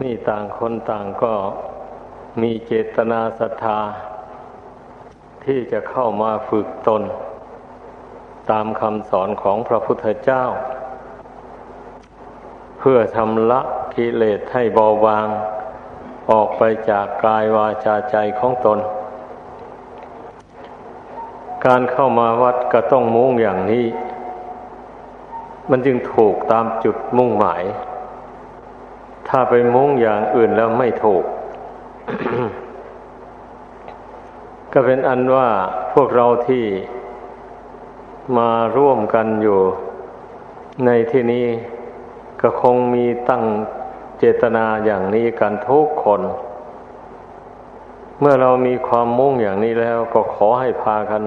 นี่ต่างคนต่างก็มีเจตนาศรัทธาที่จะเข้ามาฝึกตนตามคำสอนของพระพุทธเจ้าเพื่อชำระกิเลสให้เบาบางออกไปจากกายวาจาใจของตนการเข้ามาวัดก็ต้องมุ่งอย่างนี้มันจึงถูกตามจุดมุ่งหมายถ้าไปมุ่งอย่างอื่นแล้วไม่ถูก ก็เป็นอันว่าพวกเราที่มาร่วมกันอยู่ในที่นี้ก็คงมีตั้งเจตนาอย่างนี้กันทุกคนเมื่อเรามีความมุ่งอย่างนี้แล้วก็ขอให้พากัน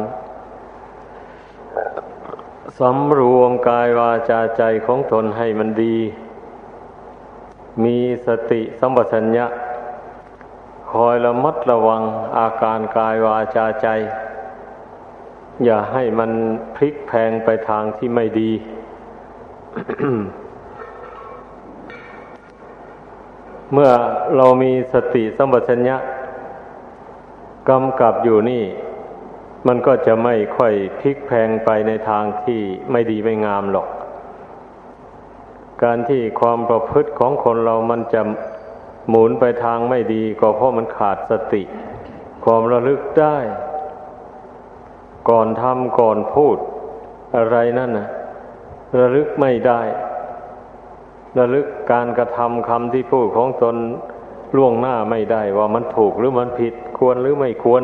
สำรวมกายวาจาใจของตนให้มันดีมีสติสัมปชัญญะคอยระมัดระวังอาการกายวาจาใจอย่าให้มันพลิกแพลงไปทางที่ไม่ดี เมื่อเรามีสติสัมปชัญญะกำกับอยู่นี่มันก็จะไม่ค่อยพลิกแพลงไปในทางที่ไม่ดีไม่งามหรอกการที่ความประพฤติของคนเรามันจะหมุนไปทางไม่ดีก็เพราะมันขาดสติความระลึกได้ก่อนทำก่อนพูดอะไรนั่นน่ะระลึกไม่ได้ระลึกการกระทำคำที่พูดของตนล่วงหน้าไม่ได้ว่ามันถูกหรือมันผิดควรหรือไม่ควร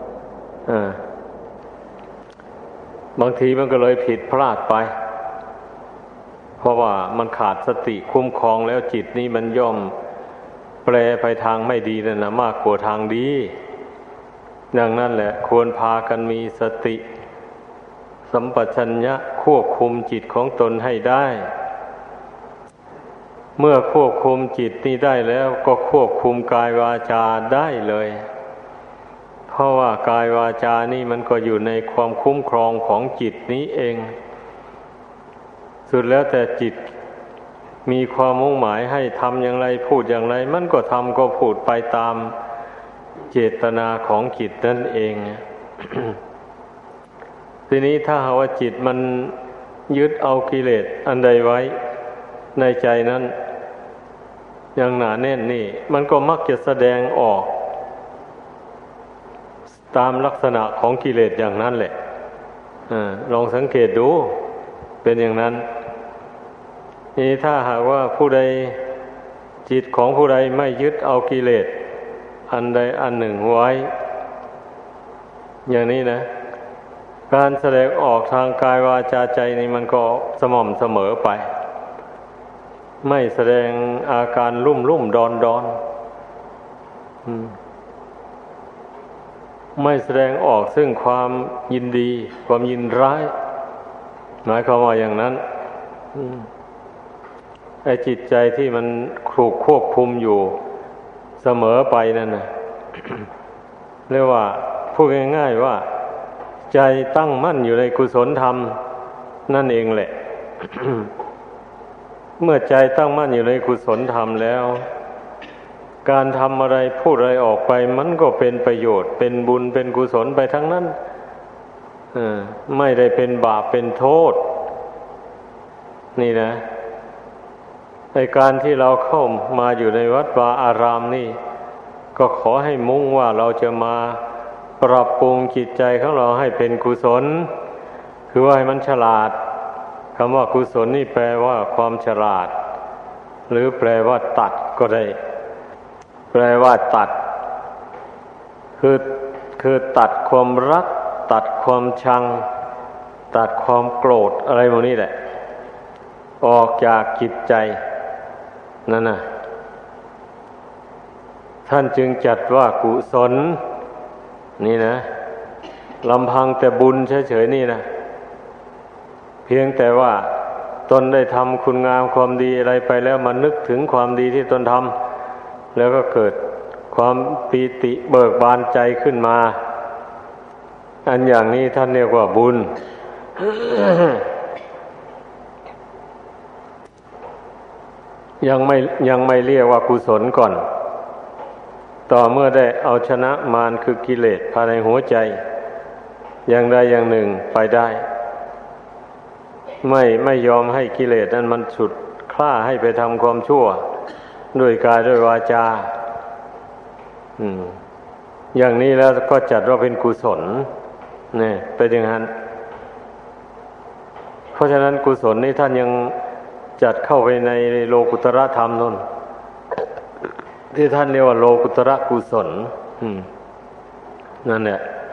บางทีมันก็เลยผิดพลาดไปเพราะว่ามันขาดสติคุ้มครองแล้วจิตนี้มันย่อมแปรไปทางไม่ดีนั่นนะมากกว่าทางดีดังนั้นแหละควรพากันมีสติสัมปชัญญะควบคุมจิตของตนให้ได้เมื่อควบคุมจิตนี้ได้แล้วก็ควบคุมกายวาจาได้เลยเพราะว่ากายวาจานี่มันก็อยู่ในความคุ้มครองของจิตนี้เองสุดแล้วแต่จิตมีความมุ่งหมายให้ทำอย่างไรพูดอย่างไรมันก็ทำก็พูดไปตามเจตนาของจิตนั่นเอง ทีนี้ถ้าหากว่าจิตมันยึดเอากิเลสอันใดไว้ในใจนั้นอย่างหนาแน่นนี่มันก็มักจะแสดงออกตามลักษณะของกิเลสอย่างนั้นแหละลองสังเกตดูเป็นอย่างนั้นนี่ถ้าหากว่าผู้ใดจิตของผู้ใดไม่ยึดเอากิเลสอันใดอันหนึ่งไว้อย่างนี้นะการแสดงออกทางกายวาจาใจนี่มันก็สม่ำเสมอไปไม่แสดงอาการรุ่มดอนไม่แสดงออกซึ่งความยินดีความยินร้ายหมายความว่าอย่างนั้นไอ้จิตใจที่มันถูกควบคุมอยู่เสมอไปนั่นน่ะ เรียกว่าพูดง่ายๆว่าใจตั้งมั่นอยู่ในกุศลธรรมนั่นเองแหละ เมื่อใจตั้งมั่นอยู่ในกุศลธรรมแล้วการทำอะไรพูดอะไรออกไปมันก็เป็นประโยชน์เป็นบุญเป็นกุศลไปทั้งนั้นไม่ได้เป็นบาปเป็นโทษนี่นะในการที่เราเข้ามาอยู่ในวัดวาอารามนี่ก็ขอให้มุ่งว่าเราจะมาปรับปรุงจิตใจของเราให้เป็นกุศลคือว่าให้มันฉลาดคำว่ากุศลนี่แปลว่าความฉลาดหรือแปลว่าตัดก็ได้แปลว่าตัดคือตัดความรักตัดความชังตัดความโกรธอะไรพวกนี้แหละออกจากจิตใจนั่นน่ะท่านจึงจัดว่ากุศลนี่นะลำพังแต่บุญเฉยๆนี่นะเพียงแต่ว่าตนได้ทำคุณงามความดีอะไรไปแล้วมานึกถึงความดีที่ตนทำแล้วก็เกิดความปีติเบิกบานใจขึ้นมาอันอย่างนี้ท่านเรียกว่าบุญ อยังไม่เรียกว่ากุศลก่อน ต่อเมื่อได้เอาชนะมารคือกิเลสภายในหัวใจอย่างใดอย่างหนึ่งไปได้ไม่ยอมให้กิเลสนั้นมันฉุดคล้าให้ไปทำความชั่วด้วยกายด้วยวาจาอย่างนี้แล้วก็จัดว่าเป็นกุศลเนี่ยเป็นอย่างนั้นเพราะฉะนั้นกุศลนี่ท่านยังจัดเข้าไปในโลกุตระธรรมนั่นที่ท่านเรียกว่าโลกุตระกุศลนั่นแหละ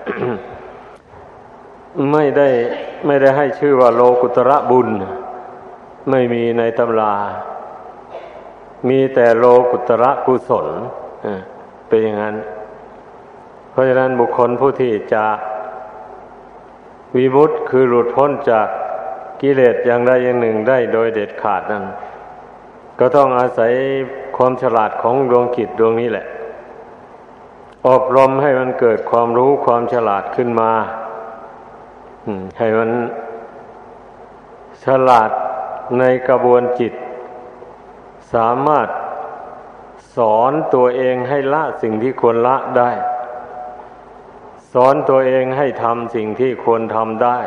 ไม่ได้ให้ชื่อว่าโลกุตระบุญไม่มีในตำรามีแต่โลกุตระกุศลเป็นอย่างนั้นเพราะฉะนั้นบุคคลผู้ที่จะวิมุตติคือหลุดพ้นจากกิเลสอย่างใดอย่างหนึ่งได้โดยเด็ดขาดนั้นก็ต้องอาศัยความฉลาดของดวงจิตดวงนี้แหละอบรมให้มันเกิดความรู้ความฉลาดขึ้นมาให้มันฉลาดในกระบวนจิตสามารถสอนตัวเองให้ละสิ่งที่ควรละได้สอนตัวเองให้ทำสิ่งที่ควรทำได้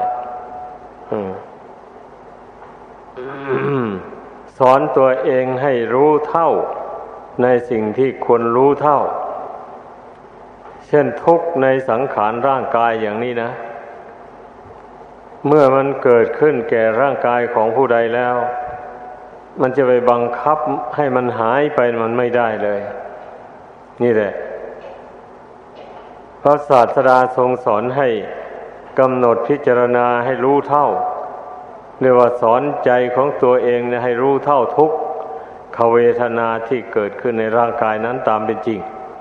สอนตัวเองให้รู้เท่าในสิ่งที่ควรรู้เท่าเช่นทุกข์ในสังขารร่างกายอย่างนี้นะเมื่อมันเกิดขึ้นแก่ร่างกายของผู้ใดแล้วมันจะไปบังคับให้มันหายไปมันไม่ได้เลยนี่แหละพระศาสดาทรงสอนให้กำหนดพิจารณาให้รู้เท่าเรียกว่าสอนใจของตัวเองให้รู้เท่าทุกขเวทนาที่เกิดขึ้นในร่างกายนั้นตามเป็นจริง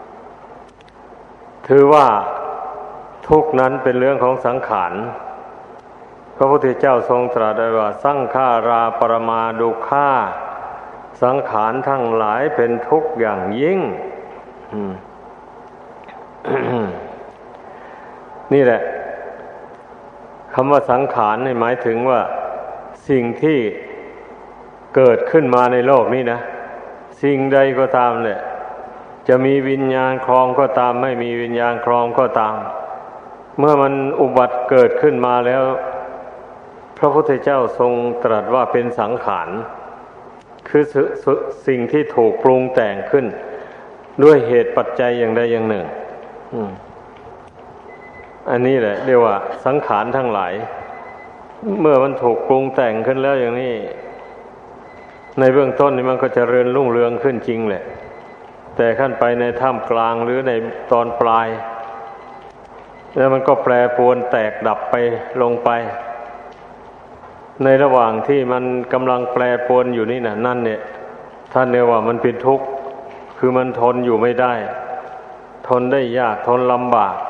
ถือว่าทุกนั้นเป็นเรื่องของสังขารพระพุทธเจ้าทรงตรัสไว้ว่าสังขาราปรมาดุข่าสังขารทั้งหลายเป็นทุกข์อย่างยิ่ง นี่แหละคำว่าสังขารนี่หมายถึงว่าสิ่งที่เกิดขึ้นมาในโลกนี้นะสิ่งใดก็ตามเนี่ยจะมีวิญญาณครองก็ตามไม่มีวิญญาณครองก็ตามเมื่อมันอุบัติเกิดขึ้นมาแล้วพระพุทธเจ้าทรงตรัสว่าเป็นสังขารคือสิ่งที่ถูกปรุงแต่งขึ้นด้วยเหตุปัจจัยอย่างใดอย่างหนึ่งอันนี้แหละเรียกว่าสังขารทั้งหลายเมื่อมันถูกปรุงแต่งขึ้นแล้วอย่างนี้ในเบื้องต้นนี่มันก็เจริญรุ่งเรืองขึ้นจริงแหละแต่ขั้นไปในท่ามกลางหรือในตอนปลายแล้วมันก็แปรปรวนแตกดับไปลงไปในระหว่างที่มันกำลังแปรปรวนอยู่นี่นะนั่นเนี่ยท่านเรียกว่ามันเป็นทุกข์คือมันทนอยู่ไม่ได้ทนได้ยากทนลำบาก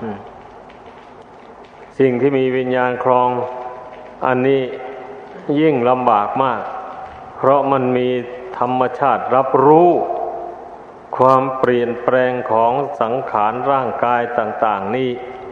สิ่งที่มีวิญญาณครองอันนี้ยิ่งลำบากมากเพราะมันมีธรรมชาติรับรู้ความเปลี่ยนแปลงของสังขารร่างกายต่างๆนี่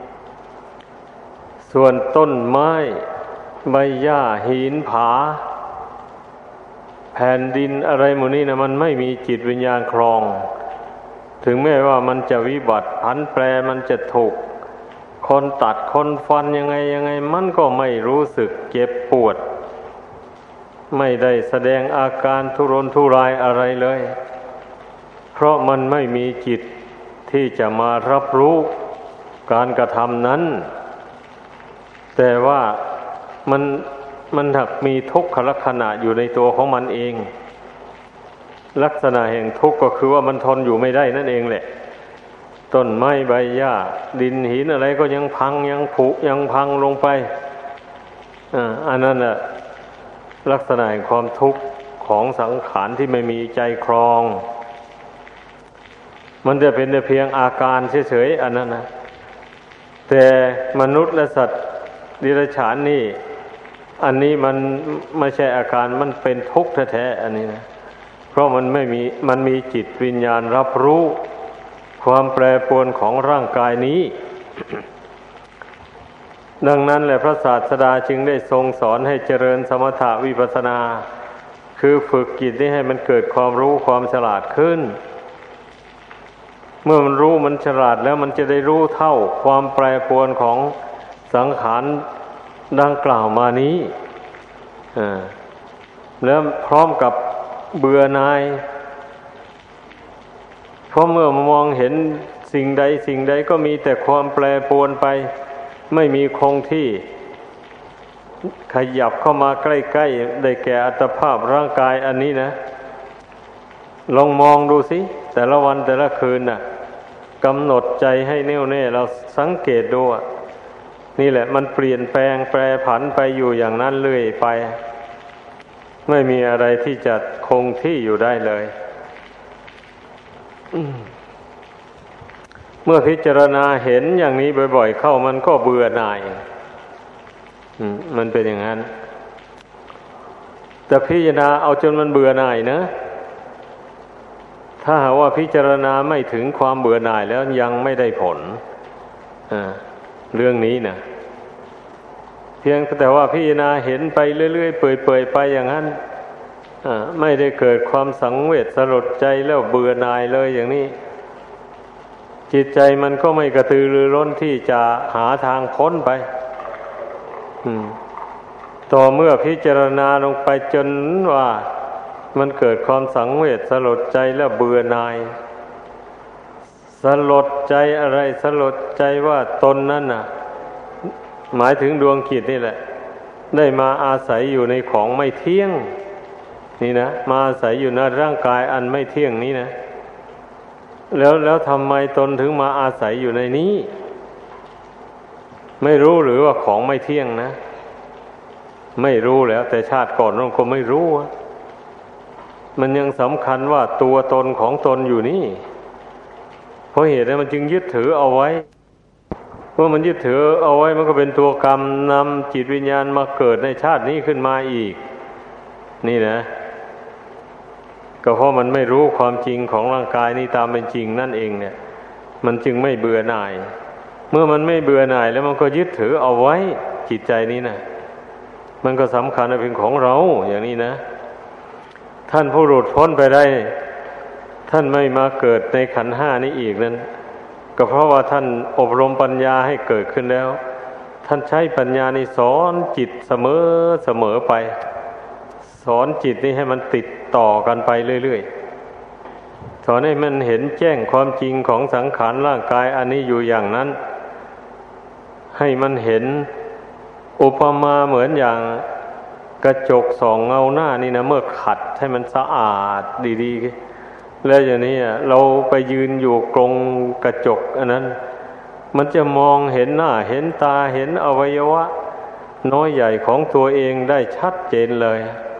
ส่วนต้นไม้ใบหญ้าหินผาแผ่นดินอะไรหมู่นี้นะมันไม่มีจิตวิญญาณครองถึงแม้ว่ามันจะวิบัติผันแปรมันจะถูกคนตัดคนฟันยังไงมันก็ไม่รู้สึกเจ็บปวดไม่ได้แสดงอาการทุรนทุรายอะไรเลยเพราะมันไม่มีจิตที่จะมารับรู้การกระทำนั้นแต่ว่ามันถักมีทุกขลักษณะอยู่ในตัวของมันเองลักษณะแห่งทุกข์ก็คือว่ามันทนอยู่ไม่ได้นั่นเองแหละต้นไม้ใบหญ้าดินหินอะไรก็ยังพังยังผุยังพังลงไปอันนั้นน่ะลักษณะแห่งความทุกข์ของสังขารที่ไม่มีใจครองมันจะเป็นแต่เพียงอาการเฉยๆอันนั้นนะแต่มนุษย์และสัตว์ดิรัจฉานนี่อันนี้มันไม่ใช่อาการมันเป็นทุกข์แท้ๆอันนี้นะเพราะมันมีจิตวิญญาณรับรู้ความแปรปรวนของร่างกายนี้ ดังนั้นแหละพระศาสดาจึงได้ทรงสอนให้เจริญสมถะวิปัสสนาคือฝึกจิตนี้ให้มันเกิดความรู้ความฉลาดขึ้นเมื่อมันรู้มันฉลาดแล้วมันจะได้รู้เท่าความแปรปรวนของสังขารดังกล่าวมานี้แล้วพร้อมกับเบื่อหน่ายเพราะเมื่อมองเห็นสิ่งใดสิ่งใดก็มีแต่ความแปรปรวนไปไม่มีคงที่ขยับเข้ามาใกล้ๆได้แก่อัตภาพร่างกายอันนี้นะลองมองดูสิแต่ละวันแต่ละคืนน่ะกำหนดใจให้แน่วแน่เราสังเกตดูนี่แหละมันเปลี่ยนแปลงแปรผันไปอยู่อย่างนั้นเรื่อยไปไม่มีอะไรที่จะคงที่อยู่ได้เลยเมื่อพิจารณาเห็นอย่างนี้บ่อยๆเข้ามันก็เบื่อหน่ายมันเป็นอย่างนั้นแต่พิจารณาเอาจนมันเบื่อหน่ายนะถ้าหากว่าพิจารณาไม่ถึงความเบื่อหน่ายแล้วยังไม่ได้ผลเรื่องนี้นะเพียงแต่ว่าพิจารณาเห็นไปเรื่อยๆเปื่อยๆไปอย่างนั้นไม่ได้เกิดความสังเวชสลดใจแล้วเบื่อหน่ายเลยอย่างนี้จิตใจมันก็ไม่กระตือรือร้นที่จะหาทางพ้นไปต่อเมื่อพิจารณาลงไปจนว่ามันเกิดความสังเวชสลดใจแล้วเบื่อหน่ายสลดใจอะไรสลดใจว่าตนนั่นน่ะหมายถึงดวงจิตนี่แหละได้มาอาศัยอยู่ในของไม่เที่ยงนี่นะมาอาศัยอยู่ในร่างกายอันไม่เที่ยงนี้นะแล้วทำไมตนถึงมาอาศัยอยู่ในนี้ไม่รู้หรือว่าของไม่เที่ยงนะไม่รู้แล้วแต่ชาติก่อนมันก็ไม่รู้มันยังสำคัญว่าตัวตนของตนอยู่นี่เพราะเหตุนั้นมันจึงยึดถือเอาไว้เมื่อมันยึดถือเอาไว้มันก็เป็นตัวกรรมนำจิตวิญญาณมาเกิดในชาตินี้ขึ้นมาอีกนี่นะก็เพราะมันไม่รู้ความจริงของร่างกายนี้ตามเป็นจริงนั่นเองเนี่ยมันจึงไม่เบื่อหน่ายเมื่อมันไม่เบื่อหน่ายแล้วมันก็ยึดถือเอาไว้จิตใจนี้นะมันก็สำคัญเป็นของเราอย่างนี้นะท่านผู้หลุดพ้นไปได้ท่านไม่มาเกิดในขันธ์ห้านี้อีกนั้นก็เพราะว่าท่านอบรมปัญญาให้เกิดขึ้นแล้วท่านใช้ปัญญานี้สอนจิตเสมอไปสอนจิตนี้ให้มันติดต่อกันไปเรื่อยๆสอนให้มันเห็นแจ้งความจริงของสังขารร่างกายอันนี้อยู่อย่างนั้นให้มันเห็นอุปมาเหมือนอย่างกระจกส่องเงาหน้านี่นะเมื่อขัดให้มันสะอาดดีๆแล้วอย่างนี้เราไปยืนอยู่ตรงกระจกอันนั้นมันจะมองเห็นหน้าเห็นตาเห็นอวัยวะน้อยใหญ่ของตัวเองได้ชัดเจนเลย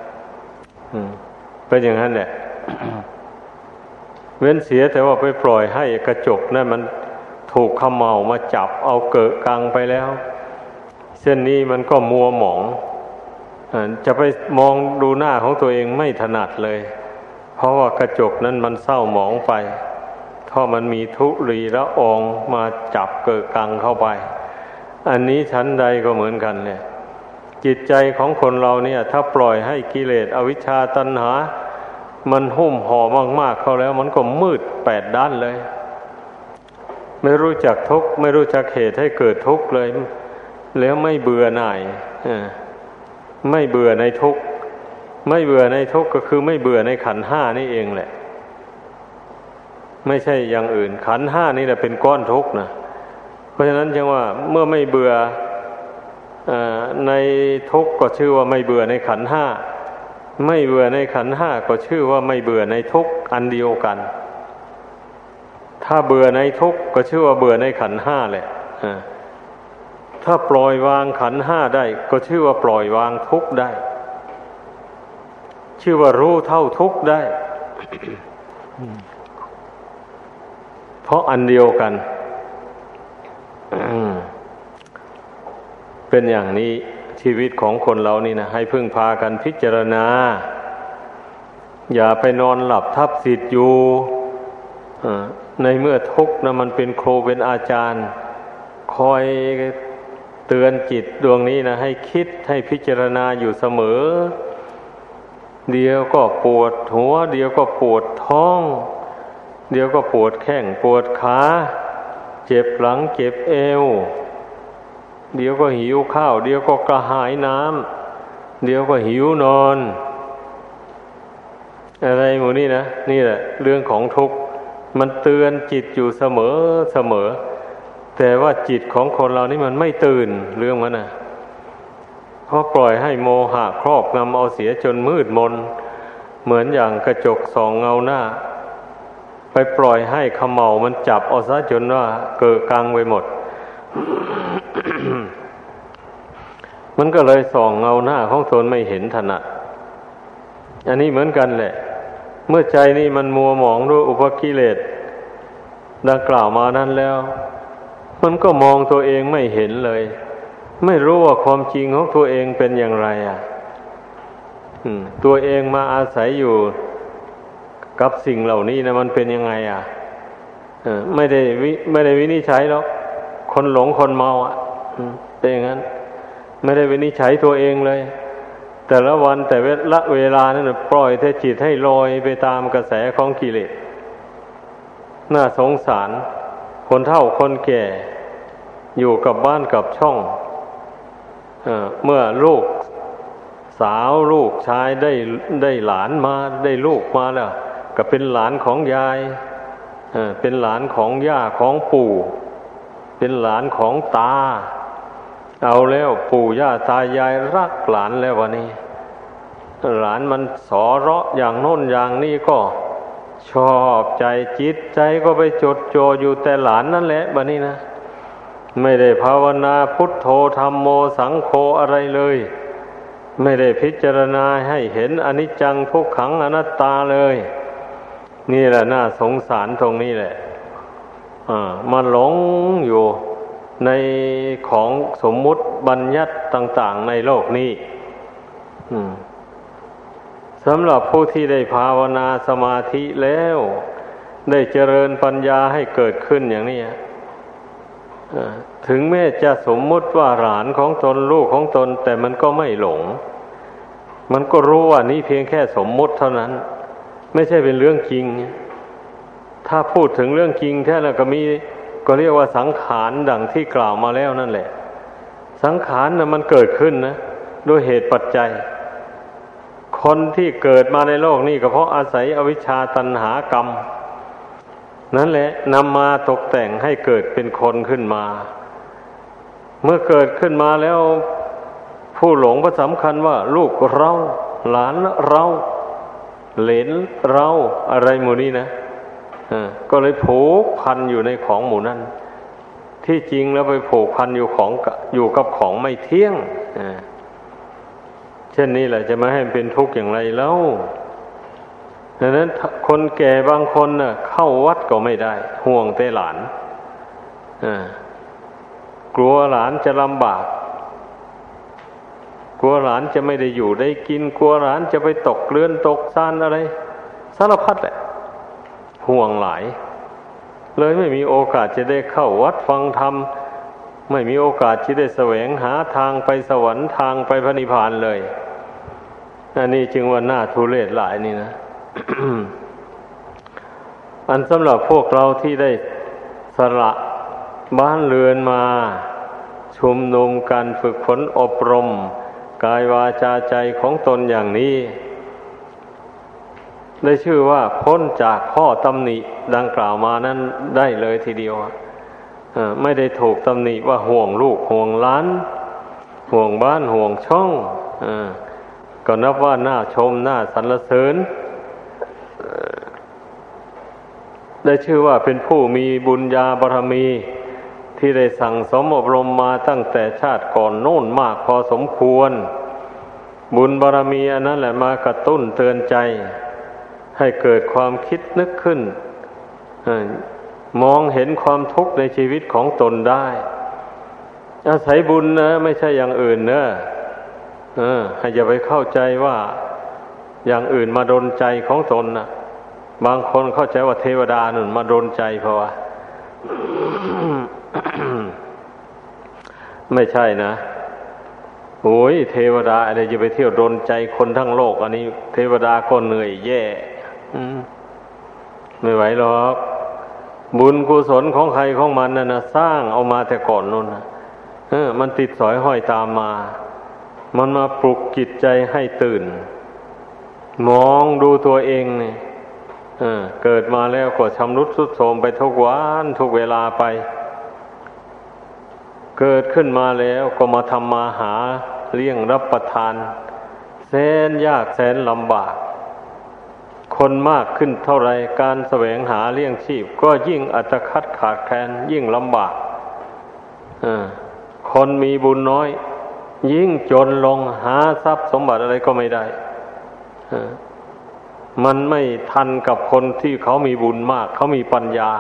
เป็นอย่างนั้นแหละ เว้นเสียแต่ว่าไปปล่อยให้กระจกนั่นมันถูกเขม่ามาจับเอาเกะกังไปแล้วเส้นนี้มันก็มัวหมองจะไปมองดูหน้าของตัวเองไม่ถนัดเลยเพราะว่ากระจกนั้นมันเศร้าหมองไปเพราะมันมีธุลีละอองมาจับเกะกังเข้าไปอันนี้ชั้นใดก็เหมือนกันเนี่ยจิตใจของคนเราเนี่ยถ้าปล่อยให้กิเลสอวิชชาตัณหามันหุ้มห่อมากๆเข้าแล้วมันก็มืดแปดด้านเลยไม่รู้จักทุกข์ไม่รู้จักเหตุให้เกิดทุกข์เลยแล้วไม่เบื่อหน่ายไม่เบื่อในทุกข์ไม่เบื่อในทุกข์ก็คือไม่เบื่อในขันธ์ห้านี่เองแหละไม่ใช่อย่างอื่นขันธ์ห้านี่แหละเป็นก้อนทุกข์นะเพราะฉะนั้นจึงว่าเมื่อไม่เบื่อในทุกข์ก็ชื่อว่าไม่เบื่อในขันธ์ห้าไม่เบื่อในขันธ์ห้าก็ชื่อว่าไม่เบื่อในทุกข์อันเดียวกันถ้าเบื่อในทุกข์ก็ชื่อว่าเบื่อในขันธ์ห้าแหละถ้าปล่อยวางขันธ์ห้าได้ก็ชื่อว่าปล่อยวางทุกข์ได้ชื่อว่ารู้เท่าทุกข์ได้ เพราะอันเดียวกัน เป็นอย่างนี้ชีวิตของคนเรานี่นะให้พึ่งพากันพิจารณาอย่าไปนอนหลับทับสิทธิ์อยู่ในเมื่อทุกข์นะมันเป็นครูเป็นอาจารย์คอยเตือนจิตดวงนี้นะให้คิดให้พิจารณาอยู่เสมอเดี๋ยวก็ปวดหัวเดี๋ยวก็ปวดท้องเดี๋ยวก็ปวดแข้งปวดขาเจ็บหลังเจ็บเอวเดี๋ยวก็หิวข้าวเดี๋ยวก็กระหายน้ำเดี๋ยวก็หิวนอนอะไรหมู่นี้นะนี่แหละเรื่องของทุกข์มันเตือนจิตอยู่เสมอเสมอแต่ว่าจิตของคนเรานี่มันไม่ตื่นเรื่องมันนะเพราะปล่อยให้โมหะครอบงำเอาเสียจนมืดมนเหมือนอย่างกระจกส่องเงาหน้าไปปล่อยให้เขม่ามันจับเอาซะจนว่าเกิดกังไปหมด มันก็เลยส่องเงาหน้าของตนไม่เห็นถนัดอันนี้เหมือนกันแหละเมื่อใจนี่มันมัวหมองด้วยอุปกิเลสดังกล่าวมานั้นแล้วมันก็มองตัวเองไม่เห็นเลยไม่รู้ว่าความจริงของตัวเองเป็นอย่างไรตัวเองมาอาศัยอยู่กับสิ่งเหล่านี้นะมันเป็นยังไงไม่ได้วินิจฉัยหรอกคนหลงคนเมาเป็นอย่างนั้นไม่ได้วินิจฉัยตัวเองเลยแต่ละวันแต่ละเวลานั้นปล่อยแต่จิตให้ลอยไปตามกระแสของกิเลสน่าสงสารคนเฒ่าคนแก่อยู่กับบ้านกับช่องเมื่อลูกสาวลูกชายได้หลานมาได้ลูกมาแล้วก็เป็นหลานของยายเป็นหลานของย่าของปู่เป็นหลานของตาเอาแล้วปู่ย่าตายายรักหลานแล้ววันนี้หลานมันสอเราะอย่างโน้นอย่างนี้ก็ชอบใจจิตใจก็ไปจดจ่ออยู่แต่หลานนั่นแหละบัดนี้นะไม่ได้ภาวนาพุทโธธัมโมสังโฆอะไรเลยไม่ได้พิจารณาให้เห็นอนิจจังทุกขังอนัตตาเลยนี่แหละน่าสงสารตรงนี้แหละมันหลงอยู่ในของสมมุติบัญญัติต่างๆในโลกนี้สำหรับผู้ที่ได้ภาวนาสมาธิแล้วได้เจริญปัญญาให้เกิดขึ้นอย่างนี้ถึงแม้จะสมมุติว่าหลานของตนลูกของตนแต่มันก็ไม่หลงมันก็รู้ว่านี่เพียงแค่สมมุติเท่านั้นไม่ใช่เป็นเรื่องจริงถ้าพูดถึงเรื่องจริงแท้แล้วก็เรียกว่าสังขารดังที่กล่าวมาแล้วนั่นแหละสังขารน่ะมันเกิดขึ้นนะด้วยเหตุปัจจัยคนที่เกิดมาในโลกนี้ก็เพราะอาศัยอวิชชาตัณหากรรมนั่นแหละนำมาตกแต่งให้เกิดเป็นคนขึ้นมาเมื่อเกิดขึ้นมาแล้วผู้หลงก็สำคัญว่าลูกเราหลานเราเหลนเราอะไรหมู่นี้นะก็เลยผูกพันอยู่ในของหมู่นั้นที่จริงแล้วไปผูกพันอยู่กับของไม่เที่ยงเช่นนี้แหละจะมาให้มันเป็นทุกข์อย่างไรแล้วดังนั้นคนแก่บางคนน่ะเข้าวัดก็ไม่ได้ห่วงแต่หลานกลัวหลานจะลำบากกลัวหลานจะไม่ได้อยู่ได้กินกลัวหลานจะไปตกเรือนตกซานอะไรสารพัดแหละห่วงหลายเลยไม่มีโอกาสจะได้เข้าวัดฟังธรรมไม่มีโอกาสที่ได้แสวงหาทางไปสวรรค์ทางไปพระนิพพานเลยอันนี้จึงว่าน่าทุเรศหลายนี่นะ อันสำหรับพวกเราที่ได้สละบ้านเรือนมาชุมนุมกันฝึกฝนอบรมกายวาจาใจของตนอย่างนี้ได้ชื่อว่าพ้นจากข้อตำหนิดังกล่าวมานั้นได้เลยทีเดียวไม่ได้ถูกตำหนิว่าห่วงลูกห่วงหลานห่วงบ้านห่วงช่องก็นับว่าน่าชมน่าสรรเสริญได้ชื่อว่าเป็นผู้มีบุญญาบารมีที่ได้สั่งสมอบรมมาตั้งแต่ชาติก่อนโน้นมากพอสมควรบุญบารมีอันนั้นแหละมากระตุ้นเตือนใจให้เกิดความคิดนึกขึ้นมองเห็นความทุกข์ในชีวิตของตนได้อาศัยบุญนะไม่ใช่อย่างอื่นนะให้อย่าไปเข้าใจว่าอย่างอื่นมาดลใจของตนนะบางคนเข้าใจว่าเทวดานั่นมาดลใจเพราะว่า ไม่ใช่นะโอ้ยเทวดาอะไรจะไปเที่ยวดลใจคนทั้งโลกอันนี้เทวดาก็เหนื่อยแย่ไม่ไหวหรอกบุญกุศลของใครของมันน่ะนะสร้างเอามาแต่ก่อนนู่นนะมันติดสอยห้อยตามมามันมาปลุกจิตใจให้ตื่นมองดูตัวเองเนี่ยเกิดมาแล้วก็ชำรุดทรุดโทรมไปทุกวันทุกเวลาไปเกิดขึ้นมาแล้วก็มาทำมาหาเลี้ยงรับประทานแสนยากแสนลำบากคนมากขึ้นเท่าไรการแสวงหาเลี้ยงชีพก็ยิ่งอัตคัดขาดแคลนยิ่งลำบากคนมีบุญน้อยยิ่งจนลงหาทรัพย์สมบัติอะไรก็ไม่ได้มันไม่ทันกับคนที่เขามีบุญมากเขามีปัญญา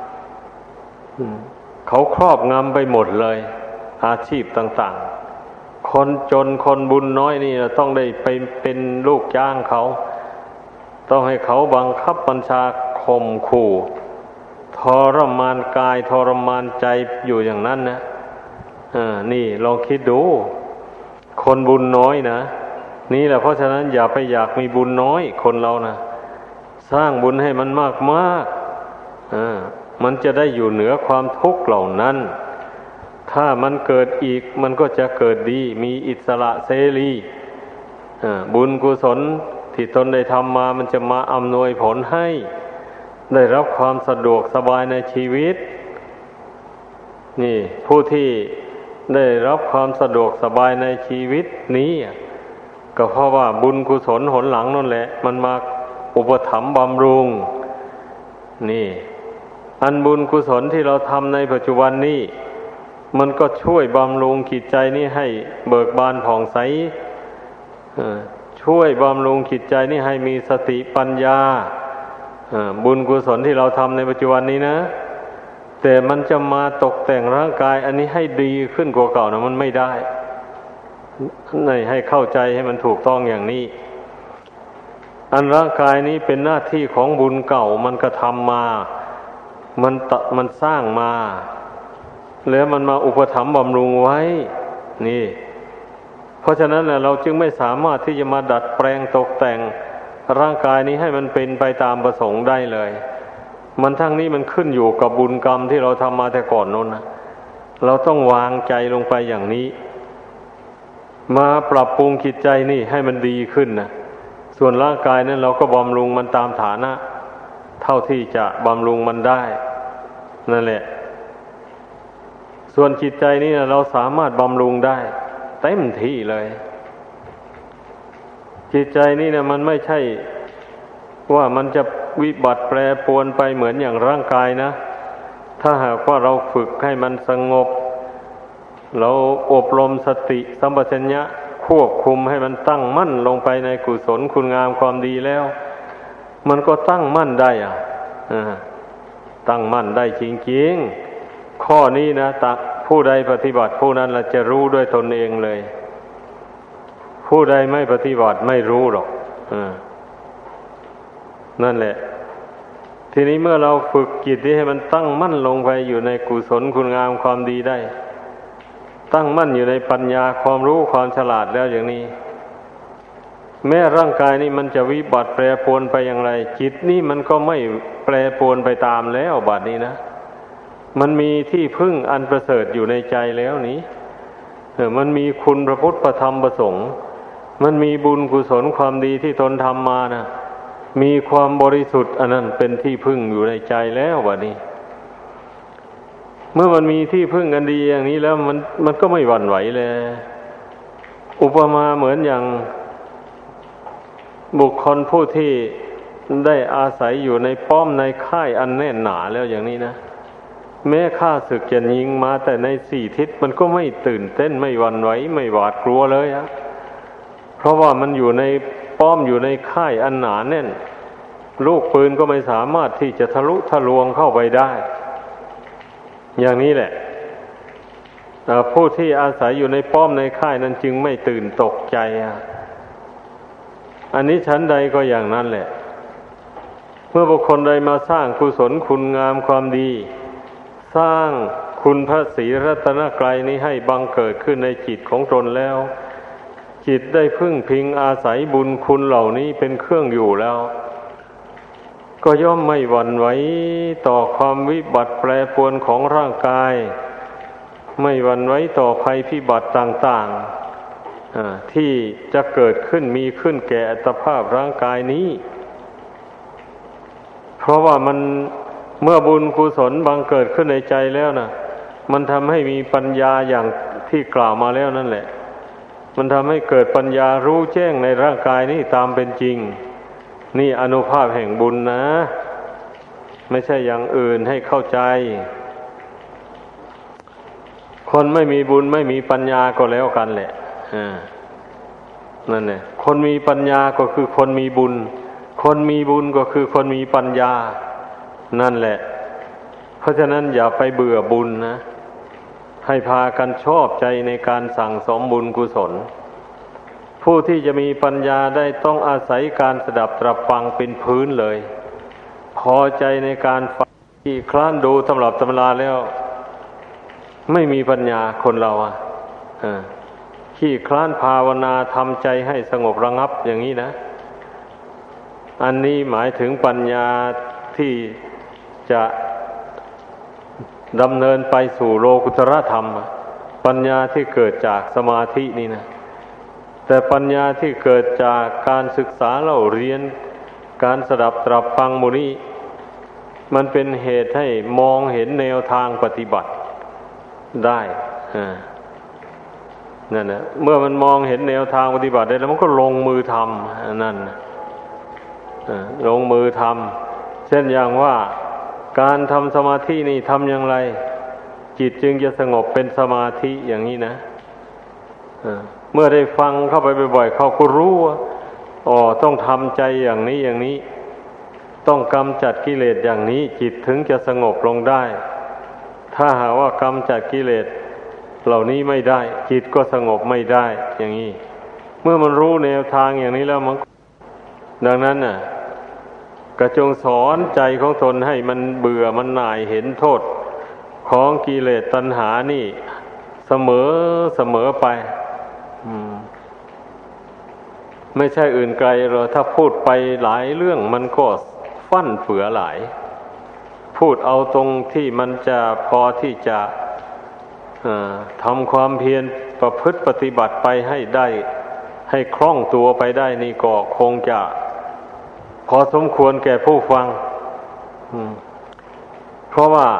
เขาครอบงำไปหมดเลยอาชีพต่างๆคนจนคนบุญน้อยนี่ต้องได้ไปเป็นลูกจ้างเขาต้องให้เขาบังคับบัญชาข่มขู่ทรมานกายทรมานใจอยู่อย่างนั้นนะนี่ลองคิดดูคนบุญน้อยนะนี่แหละเพราะฉะนั้นอย่าไปอยากมีบุญน้อยคนเรานะสร้างบุญให้มันมากๆมันจะได้อยู่เหนือความทุกข์เหล่านั้นถ้ามันเกิดอีกมันก็จะเกิดดีมีอิสระเสรีบุญกุศลที่ตนได้ทำมามันจะมาอำนวยผลให้ได้รับความสะดวกสบายในชีวิตนี่ผู้ที่ได้รับความสะดวกสบายในชีวิตนี้ก็เพราะว่าบุญกุศลหนหลังนั่นแหละมันมาอุปถัมภ์บำรุงนี่อันบุญกุศลที่เราทำในปัจจุบันนี้มันก็ช่วยบำรุงจิตใจนี้ให้เบิกบานผ่องใสช่วยบำรุงจิตใจนี้ให้มีสติปัญญาบุญกุศลที่เราทำในปัจจุบันนี้นะแต่มันจะมาตกแต่งร่างกายอันนี้ให้ดีขึ้นกว่าเก่านะมันไม่ได้ให้เข้าใจให้มันถูกต้องอย่างนี้อันร่างกายนี้เป็นหน้าที่ของบุญเก่ามันกระทำมามันสร้างมาแล้วมันมาอุปถัมภ์บำรุงไว้นี่เพราะฉะนั้นเราจึงไม่สามารถที่จะมาดัดแปลงตกแต่งร่างกายนี้ให้มันเป็นไปตามประสงค์ได้เลยมันทั้งนี้มันขึ้นอยู่กับบุญกรรมที่เราทำมาแต่ก่อนนู้นนะเราต้องวางใจลงไปอย่างนี้มาปรับปรุงจิตใจนี่ให้มันดีขึ้นนะส่วนร่างกายนั้นเราก็บำรุงมันตามฐานะเท่าที่จะบำรุงมันได้นั่นแหละส่วนจิตใจนี่นะเราสามารถบำรุงได้เต็มที่เลยจิตใจนี่นะมันไม่ใช่ว่ามันจะวิบัติแปรปรวนไปเหมือนอย่างร่างกายนะถ้าหากว่าเราฝึกให้มันสงบเราอบรมสติสัมปชัญญะควบคุมให้มันตั้งมั่นลงไปในกุศลคุณงามความดีแล้วมันก็ตั้งมั่นได้ตั้งมั่นได้จริงๆข้อนี้นะผู้ใดปฏิบัติผู้นั้นจะรู้ด้วยตนเองเลยผู้ใดไม่ปฏิบัติไม่รู้หรอกนั่นแหละทีนี้เมื่อเราฝึกจิตนี้ให้มันตั้งมั่นลงไปอยู่ในกุศลคุณงามความดีได้ตั้งมั่นอยู่ในปัญญาความรู้ความฉลาดแล้วอย่างนี้แม้ร่างกายนี้มันจะวิบัติแปรปรวนไปอย่างไรจิตนี่มันก็ไม่แปรปรวนไปตามแล้วบัดนี้นะมันมีที่พึ่งอันประเสริฐอยู่ในใจแล้วนี้มันมีคุณพระพุทธพระธรรมพระสงฆ์มันมีบุญกุศลความดีที่ตนทำมานะมีความบริสุทธิ์อันนั้นเป็นที่พึ่งอยู่ในใจแล้วบัดนี้เมื่อมันมีที่พึ่งกันดีอย่างนี้แล้วมันก็ไม่หวั่นไหวเลยอุปมาเหมือนอย่างบุคคลผู้ที่ได้อาศัยอยู่ในป้อมในค่ายอันแน่นหนาแล้วอย่างนี้นะแม้ข้าศึกจะยิงมาแต่ในสี่ทิศมันก็ไม่ตื่นเต้นไม่หวั่นไหวไม่หวาดกลัวเลยเพราะว่ามันอยู่ในป้อมอยู่ในค่ายอันหนาแน่นลูกปืนก็ไม่สามารถที่จะทะลุทะลวงเข้าไปได้อย่างนี้แหละผู้ที่อาศัยอยู่ในป้อมในค่ายนั้นจึงไม่ตื่นตกใจอันนี้ชั้นใดก็อย่างนั้นแหละเมื่อบุคคลใดมาสร้างกุศลคุณงามความดีสร้างคุณพระศรีรัตนกรัยนี้ให้บังเกิดขึ้นในจิตของตนแล้วจิตได้พึ่งพิงอาศัยบุญคุณเหล่านี้เป็นเครื่องอยู่แล้วก็ย่อมไม่หวั่นไหวต่อความวิบัติแปรปรวนของร่างกายไม่หวั่นไหวต่อภัยพิบัติต่างๆที่จะเกิดขึ้นมีขึ้นแก่อัตภาพร่างกายนี้เพราะว่ามันเมื่อบุญกุศลบังเกิดขึ้นในใจแล้วนะมันทำให้มีปัญญาอย่างที่กล่าวมาแล้วนั่นแหละมันทำให้เกิดปัญญารู้แจ้งในร่างกายนี้ตามเป็นจริงนี่อานุภาพแห่งบุญนะไม่ใช่อย่างอื่นให้เข้าใจคนไม่มีบุญไม่มีปัญญาก็แล้วกันแหละนั่นแหละคนมีปัญญาก็คือคนมีบุญคนมีบุญก็คือคนมีปัญญานั่นแหละเพราะฉะนั้นอย่าไปเบื่อบุญนะให้พากันชอบใจในการสั่งสมบุญกุศลผู้ที่จะมีปัญญาได้ต้องอาศัยการสดับตรับฟังเป็นพื้นเลยพอใจในการฟังที่คลานดูตำรับตำราแล้วไม่มีปัญญาคนเราขี้คลานภาวนาทำใจให้สงบระงับอย่างนี้นะอันนี้หมายถึงปัญญาที่จะดำเนินไปสู่โลกุตตรธรรมปัญญาที่เกิดจากสมาธินี่นะแต่ปัญญาที่เกิดจากการศึกษาเล่าเรียนการสดับตรับฟังหมู่นี้มันเป็นเหตุให้มองเห็นแนวทางปฏิบัติได้นั่นนะเมื่อมันมองเห็นแนวทางปฏิบัติได้แล้วมันก็ลงมือทำนั่นลงมือทำเช่นอย่างว่าการทำสมาธินี่ทำอย่างไรจิตจึงจะสงบเป็นสมาธิอย่างนี้นะเมื่อได้ฟังเข้าไปบ่อยๆเขาก็รู้ว่าต้องทำใจอย่างนี้อย่างนี้ต้องกำจัดกิเลสอย่างนี้จิตถึงจะสงบลงได้ถ้าหากว่ากำจัดกิเลสเหล่านี้ไม่ได้จิตก็สงบไม่ได้อย่างนี้เมื่อมันรู้แนวทางอย่างนี้แล้วมันดังนั้นน่ะก็จงสอนใจของตนให้มันเบื่อมันหน่ายเห็นโทษของกิเลสตัณหานี่เสมอไปไม่ใช่อื่นไกลหรอกถ้าพูดไปหลายเรื่องมันก็ฟั่นเฟือหลายพูดเอาตรงที่มันจะพอที่จะทำความเพียรประพฤติปฏิบัติไปให้ได้ให้คล่องตัวไปได้นี่ก็คงจะพอสมควรแก่ผู้ฟังเพราะว่า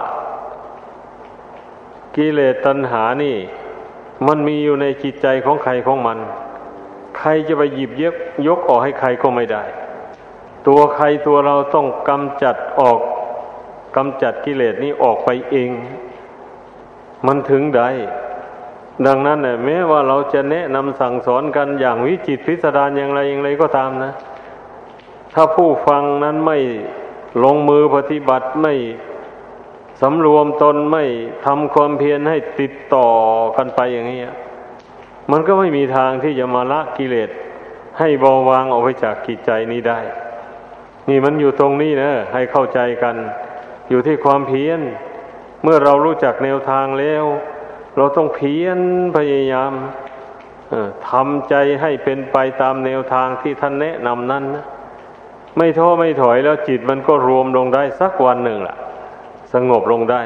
กิเลสตัณหานี่มันมีอยู่ในจิตใจของใครของมันใครจะไปหยิบยกออกให้ใครก็ไม่ได้ตัวใครตัวเราต้องกำจัดกิเลสนี้ออกไปเองมันถึงได้ดังนั้นแม้ว่าเราจะแนะนำสั่งสอนกันอย่างวิจิตรพิสดารอย่างไรก็ตามนะถ้าผู้ฟังนั้นไม่ลงมือปฏิบัติไม่สำรวมตนไม่ทำความเพียรให้ติดต่อกันไปอย่างนี้มันก็ไม่มีทางที่จะมาละกิเลสให้เบาบางออกไปจากจิตใจนี้ได้นี่มันอยู่ตรงนี้นะให้เข้าใจกันอยู่ที่ความเพียรเมื่อเรารู้จักแนวทางแล้วเราต้องเพียรพยายามทำใจให้เป็นไปตามแนวทางที่ท่านแนะนำนั้นนะไม่ท้อไม่ถอยแล้วจิตมันก็รวมลงได้สักวันหนึ่งล่ะสงบลงได้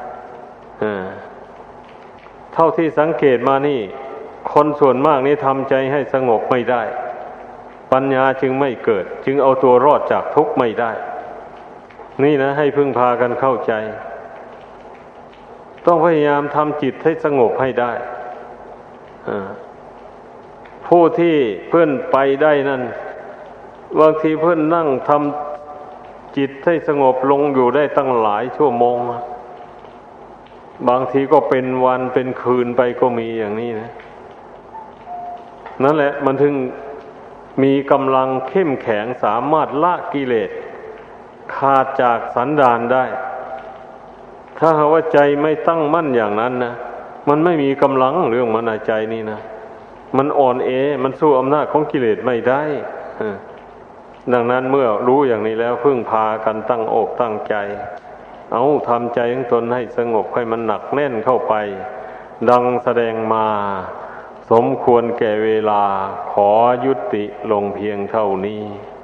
เท่าที่สังเกตมานี่คนส่วนมากนี่ทำใจให้สงบไม่ได้ปัญญาจึงไม่เกิดจึงเอาตัวรอดจากทุกข์ไม่ได้นี่นะให้พึ่งพากันเข้าใจต้องพยายามทำจิตให้สงบให้ได้ผู้ที่เพื่อนไปได้นั่นบางทีเพื่อนนั่งทำจิตให้สงบลงอยู่ได้ตั้งหลายชั่วโมงบางทีก็เป็นวันเป็นคืนไปก็มีอย่างนี้นะนั่นแหละมันถึงมีกำลังเข้มแข็งสามารถละกิเลสขาดจากสันดานได้ถ้าหากว่าใจไม่ตั้งมั่นอย่างนั้นนะมันไม่มีกำลังเรื่องมันใจนี่นะมันอ่อนแอมันสู้อำนาจของกิเลสไม่ได้ดังนั้นเมื่อรู้อย่างนี้แล้วพึ่งพากันตั้งอกตั้งใจเอาทำใจของตนให้สงบให้มันหนักแน่นเข้าไปดังแสดงมาสมควรแก่เวลาขอยุติลงเพียงเท่านี้